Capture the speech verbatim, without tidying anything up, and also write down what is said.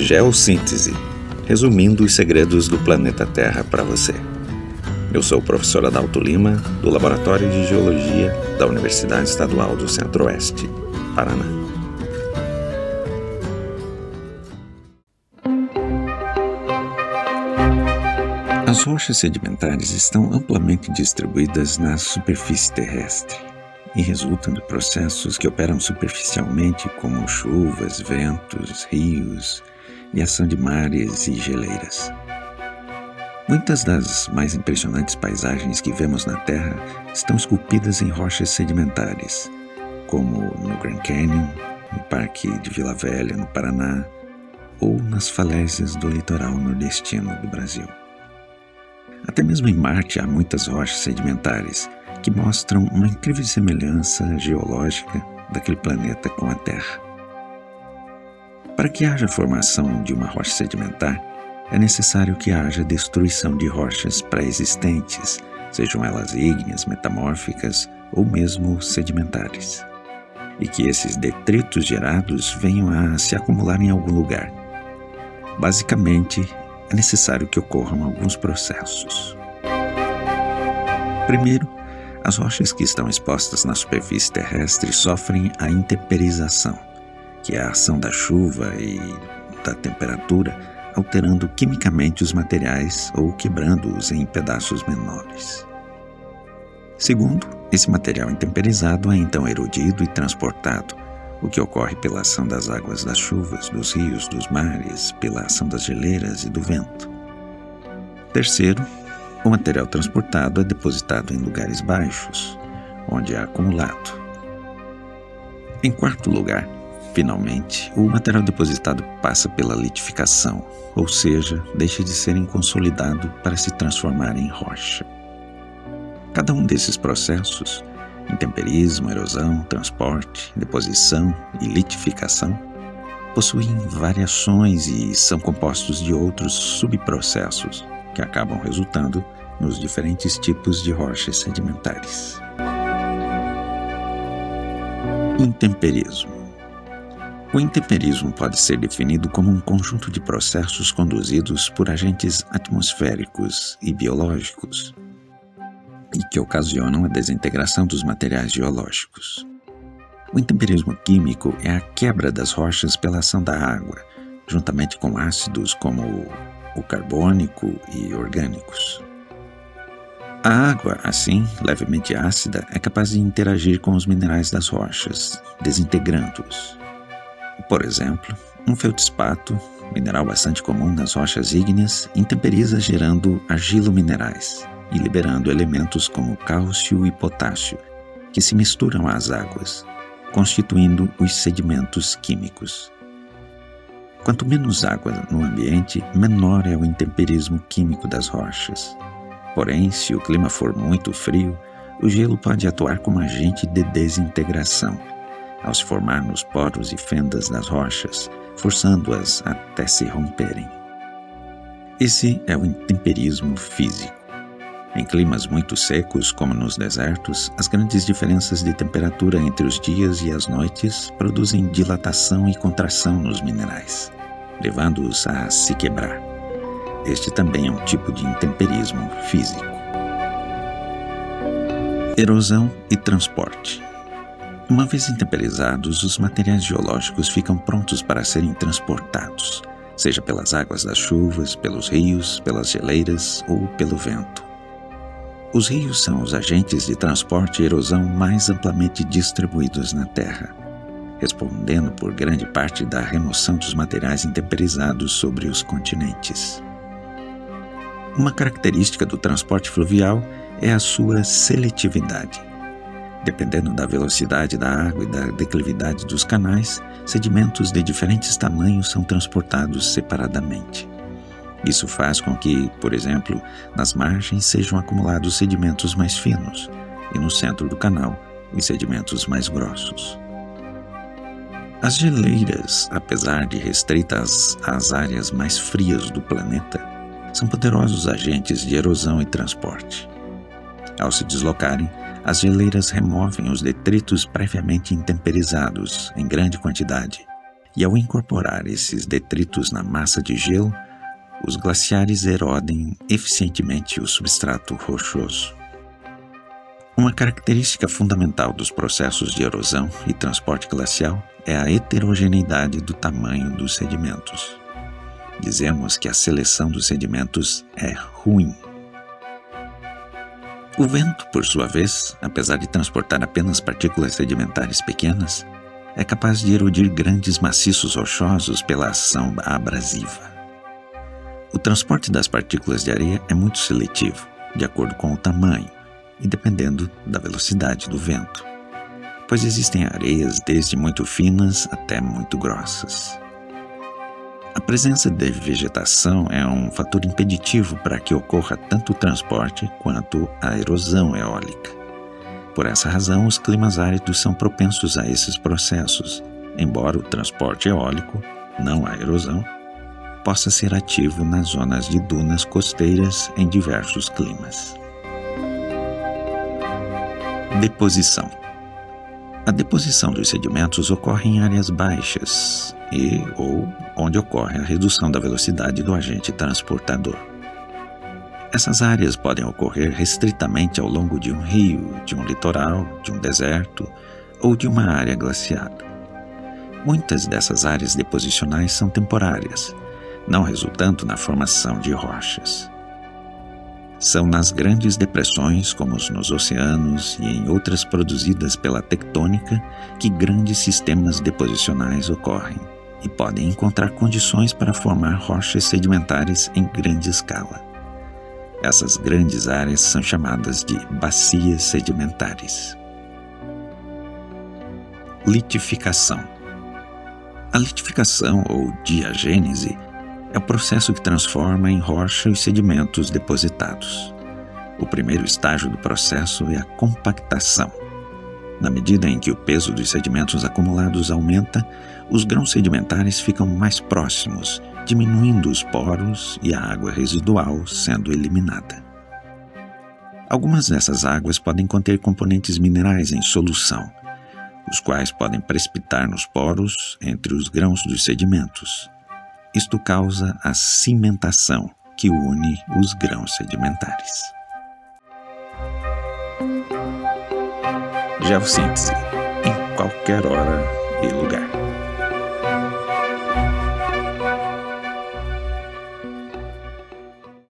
Geossíntese, resumindo os segredos do planeta Terra para você. Eu sou o professor Adalto Lima, do Laboratório de Geologia da Universidade Estadual do Centro-Oeste, Paraná. As rochas sedimentares estão amplamente distribuídas na superfície terrestre e resultam de processos que operam superficialmente, como chuvas, ventos, rios e ação de mares e geleiras. Muitas das mais impressionantes paisagens que vemos na Terra estão esculpidas em rochas sedimentares, como no Grand Canyon, no Parque de Vila Velha, no Paraná, ou nas falésias do litoral nordestino do Brasil. Até mesmo em Marte há muitas rochas sedimentares que mostram uma incrível semelhança geológica daquele planeta com a Terra. Para que haja formação de uma rocha sedimentar, é necessário que haja destruição de rochas pré-existentes, sejam elas ígneas, metamórficas ou mesmo sedimentares, e que esses detritos gerados venham a se acumular em algum lugar. Basicamente, é necessário que ocorram alguns processos. Primeiro, as rochas que estão expostas na superfície terrestre sofrem a intemperização, que é a ação da chuva e da temperatura, alterando quimicamente os materiais ou quebrando-os em pedaços menores. Segundo, esse material intemperizado é então erodido e transportado, o que ocorre pela ação das águas das chuvas, dos rios, dos mares, pela ação das geleiras e do vento. Terceiro, o material transportado é depositado em lugares baixos, onde é acumulado. Em quarto lugar, finalmente, o material depositado passa pela litificação, ou seja, deixa de ser inconsolidado para se transformar em rocha. Cada um desses processos, intemperismo, erosão, transporte, deposição e litificação, possuem variações e são compostos de outros subprocessos que acabam resultando nos diferentes tipos de rochas sedimentares. Intemperismo. O intemperismo pode ser definido como um conjunto de processos conduzidos por agentes atmosféricos e biológicos e que ocasionam a desintegração dos materiais geológicos. O intemperismo químico é a quebra das rochas pela ação da água, juntamente com ácidos como o carbônico e orgânicos. A água, assim, levemente ácida, é capaz de interagir com os minerais das rochas, desintegrando-os. Por exemplo, um feldspato, mineral bastante comum nas rochas ígneas, intemperiza gerando argilominerais e liberando elementos como cálcio e potássio, que se misturam às águas, constituindo os sedimentos químicos. Quanto menos água no ambiente, menor é o intemperismo químico das rochas. Porém, se o clima for muito frio, o gelo pode atuar como agente de desintegração, ao se formar nos poros e fendas das rochas, forçando-as até se romperem. Esse é o intemperismo físico. Em climas muito secos, como nos desertos, as grandes diferenças de temperatura entre os dias e as noites produzem dilatação e contração nos minerais, levando-os a se quebrar. Este também é um tipo de intemperismo físico. Erosão e transporte. Uma vez intemperizados, os materiais geológicos ficam prontos para serem transportados, seja pelas águas das chuvas, pelos rios, pelas geleiras ou pelo vento. Os rios são os agentes de transporte e erosão mais amplamente distribuídos na Terra, respondendo por grande parte da remoção dos materiais intemperizados sobre os continentes. Uma característica do transporte fluvial é a sua seletividade. Dependendo da velocidade da água e da declividade dos canais, sedimentos de diferentes tamanhos são transportados separadamente. Isso faz com que, por exemplo, nas margens sejam acumulados sedimentos mais finos e no centro do canal, os sedimentos mais grossos. As geleiras, apesar de restritas às áreas mais frias do planeta, são poderosos agentes de erosão e transporte. Ao se deslocarem, as geleiras removem os detritos previamente intemperizados em grande quantidade E ao incorporar esses detritos na massa de gelo, os glaciares erodem eficientemente o substrato rochoso. Uma característica fundamental dos processos de erosão e transporte glacial é a heterogeneidade do tamanho dos sedimentos. Dizemos que a seleção dos sedimentos é ruim. O vento, por sua vez, apesar de transportar apenas partículas sedimentares pequenas, é capaz de erodir grandes maciços rochosos pela ação abrasiva. O transporte das partículas de areia é muito seletivo, de acordo com o tamanho e dependendo da velocidade do vento, pois existem areias desde muito finas até muito grossas. A presença de vegetação é um fator impeditivo para que ocorra tanto o transporte quanto a erosão eólica. Por essa razão, os climas áridos são propensos a esses processos, embora o transporte eólico, não a erosão, possa ser ativo nas zonas de dunas costeiras em diversos climas. Deposição. A deposição dos sedimentos ocorre em áreas baixas e ou onde ocorre a redução da velocidade do agente transportador. Essas áreas podem ocorrer restritamente ao longo de um rio, de um litoral, de um deserto ou de uma área glaciada. Muitas dessas áreas deposicionais são temporárias, não resultando na formação de rochas. São nas grandes depressões, como nos oceanos e em outras produzidas pela tectônica, que grandes sistemas deposicionais ocorrem e podem encontrar condições para formar rochas sedimentares em grande escala. Essas grandes áreas são chamadas de bacias sedimentares. Litificação. A litificação, ou diagênese, é o processo que transforma em rocha os sedimentos depositados. O primeiro estágio do processo é a compactação. Na medida em que o peso dos sedimentos acumulados aumenta, os grãos sedimentares ficam mais próximos, diminuindo os poros e a água residual sendo eliminada. Algumas dessas águas podem conter componentes minerais em solução, os quais podem precipitar nos poros entre os grãos dos sedimentos. Isto causa a cimentação, que une os grãos sedimentares. Geossíntese, em qualquer hora e lugar.